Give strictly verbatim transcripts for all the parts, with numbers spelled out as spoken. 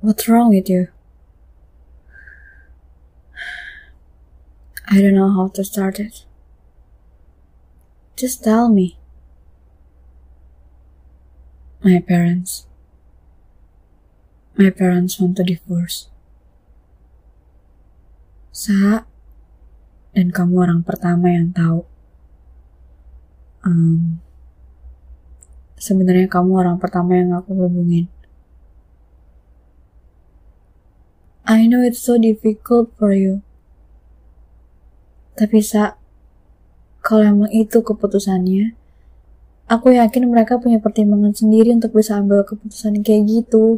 What's wrong with you? I don't know how to start it. Just tell me. My parents. My parents want to divorce. Sa, dan kamu orang pertama yang tahu. Um, sebenarnya kamu orang pertama yang aku hubungin. I know it's so difficult for you. Tapi Sa, kalau emang itu keputusannya, aku yakin mereka punya pertimbangan sendiri untuk bisa ambil keputusan kayak gitu.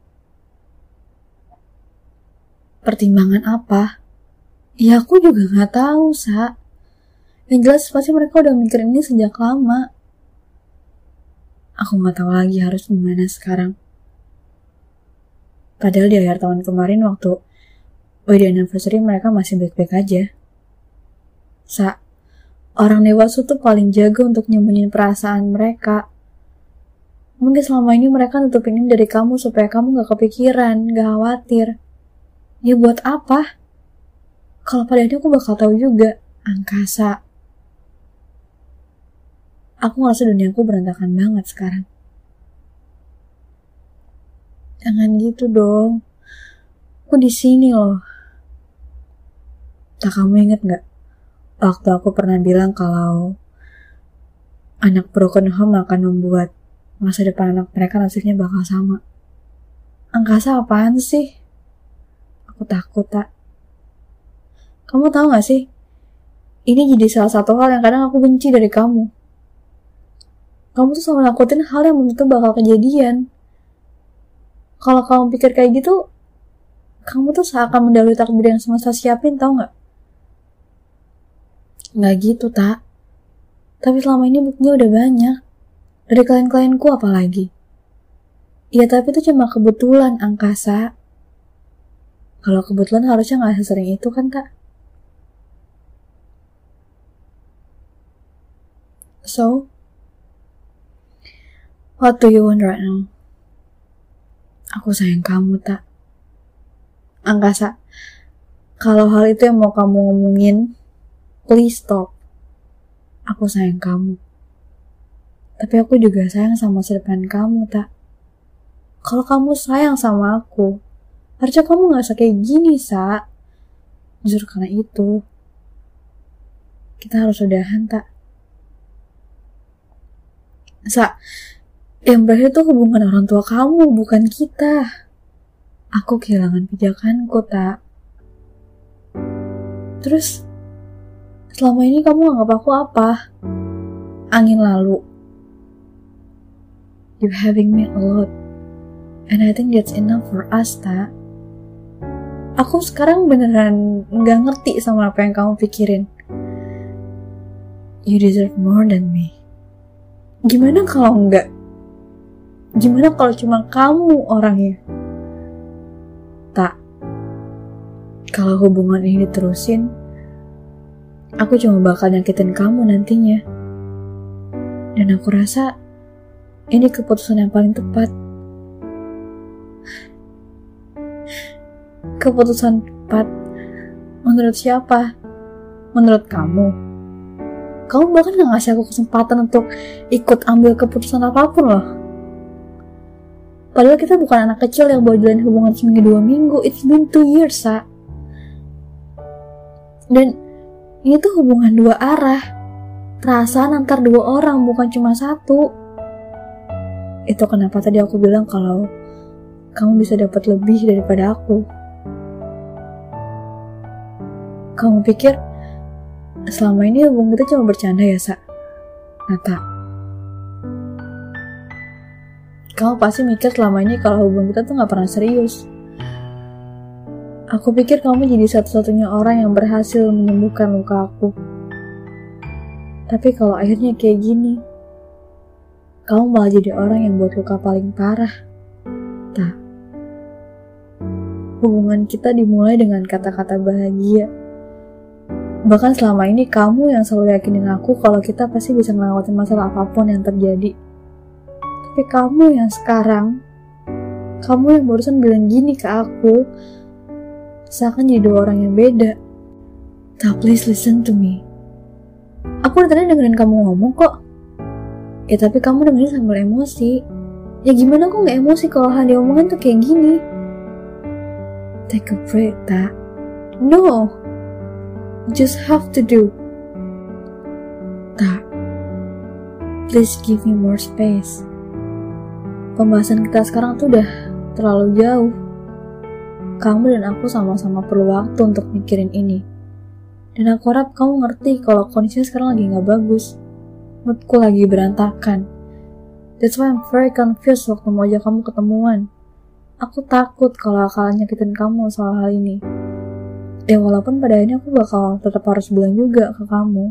Pertimbangan apa? Ya aku juga gak tahu, Sa. Yang jelas pasti mereka udah mikirin ini sejak lama. Aku gak tahu lagi harus gimana sekarang. Padahal di akhir tahun kemarin waktu wedding anniversary mereka masih baik-baik aja. Sa, orang dewasa tuh paling jago untuk nyembunyiin perasaan mereka. Mungkin selama ini mereka nutupin ini dari kamu supaya kamu gak kepikiran, gak khawatir. Ya buat apa? Kalau pada akhirnya aku bakal tahu juga. Angkasa. Aku ngerasa duniaku berantakan banget sekarang. Jangan gitu dong. Aku di sini loh. Tak, kamu inget gak? Waktu aku pernah bilang kalau anak broken home akan membuat masa depan anak mereka nasibnya bakal sama. Angkasa apaan sih? Aku takut, tak. Kamu tahu gak sih? Ini jadi salah satu hal yang kadang aku benci dari kamu. Kamu tuh selalu nakutin hal yang belum tentu bakal kejadian. Kalau kamu pikir kayak gitu, kamu tuh seakan mendahului takdir yang semesta siapin, tau gak? Gak gitu, tak. Tapi selama ini buktinya udah banyak. Dari klien-klienku apalagi. Ya tapi itu cuma kebetulan, Angkasa. Kalau kebetulan harusnya gak sesering itu kan, tak? So, what do you want right now? Aku sayang kamu, tak? Angkasa, kalau hal itu yang mau kamu ngomongin, please stop. Aku sayang kamu. Tapi aku juga sayang sama masa depan kamu, tak? Kalau kamu sayang sama aku, harusnya kamu gak usah kayak gini, Sa. Justru karena itu, kita harus udahan, tak? Sa, yang berakhir tuh hubungan orang tua kamu, bukan kita. Aku kehilangan pijakanku, tak? Terus, selama ini kamu anggap aku apa? Angin lalu. You're having me a lot. And I think that's enough for us, tak? Aku sekarang beneran gak ngerti sama apa yang kamu pikirin. You deserve more than me. Gimana kalau enggak? Gimana kalau cuma kamu orangnya? Tak. Kalau hubungan ini diterusin, aku cuma bakal nyakitin kamu nantinya. Dan aku rasa ini keputusan yang paling tepat. Keputusan tepat menurut siapa? Menurut kamu? Kamu bahkan gak ngasih aku kesempatan untuk ikut ambil keputusan apapun loh. Padahal kita bukan anak kecil yang baru jalan hubungan seminggu dua minggu. It's been two years, Sa. Dan ini tuh hubungan dua arah. Perasaan antar dua orang, bukan cuma satu. Itu kenapa tadi aku bilang kalau kamu bisa dapat lebih daripada aku. Kamu pikir selama ini hubungan kita cuma bercanda ya, Sa? Nata, kamu pasti mikir selama ini kalau hubungan kita tuh gak pernah serius. Aku pikir kamu jadi satu-satunya orang yang berhasil menyembuhkan luka aku. Tapi kalau akhirnya kayak gini, kamu malah jadi orang yang buat luka paling parah. Tak. Hubungan kita dimulai dengan kata-kata bahagia. Bahkan selama ini kamu yang selalu yakinin aku kalau kita pasti bisa ngelewatin masalah apapun yang terjadi. Tapi kamu yang sekarang Kamu yang barusan bilang gini ke aku, seakan jadi dua orang yang beda. Tak, please listen to me. Aku dari tadi dengerin kamu ngomong kok. Ya tapi kamu dengerin sambil emosi. Ya gimana aku gak emosi kalau hal diomongin tuh kayak gini? Take a break, Tak. No. You just have to do. Tak. Please give me more space. Pembahasan kita sekarang tuh udah terlalu jauh. Kamu dan aku sama-sama perlu waktu untuk mikirin ini. Dan aku harap kamu ngerti kalau kondisinya sekarang lagi gak bagus. Moodku lagi berantakan. That's why I'm very confused waktu mau ajak kamu ketemuan. Aku takut kalau akan nyakitin kamu soal hal ini. Ya walaupun pada akhirnya aku bakal tetap harus bilang juga ke kamu.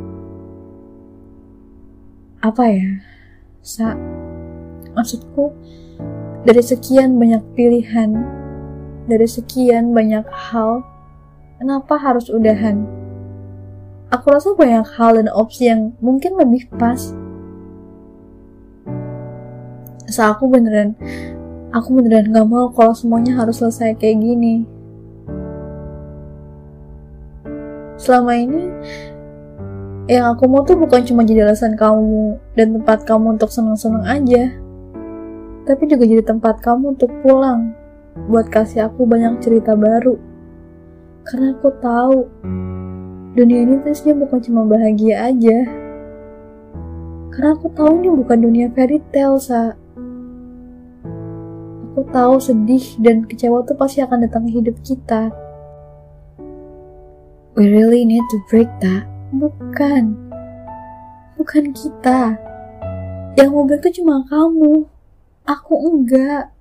Apa ya? Sa, maksudku, dari sekian banyak pilihan, dari sekian banyak hal, kenapa harus udahan? Aku rasa banyak hal dan opsi yang mungkin lebih pas. Sa, aku beneran, aku beneran gak mau kalau semuanya harus selesai kayak gini. Selama ini, yang aku mau tuh bukan cuma jadi alasan kamu dan tempat kamu untuk seneng-seneng aja, tapi juga jadi tempat kamu untuk pulang, buat kasih aku banyak cerita baru. Karena aku tahu dunia ini terusnya bukan cuma bahagia aja. Karena aku tahu ini bukan dunia fairy tale, Sa. Aku tahu sedih dan kecewa tuh pasti akan datang ke hidup kita. We really need to break that. Bukan. Bukan kita. Yang mau break tuh cuma kamu. Aku enggak.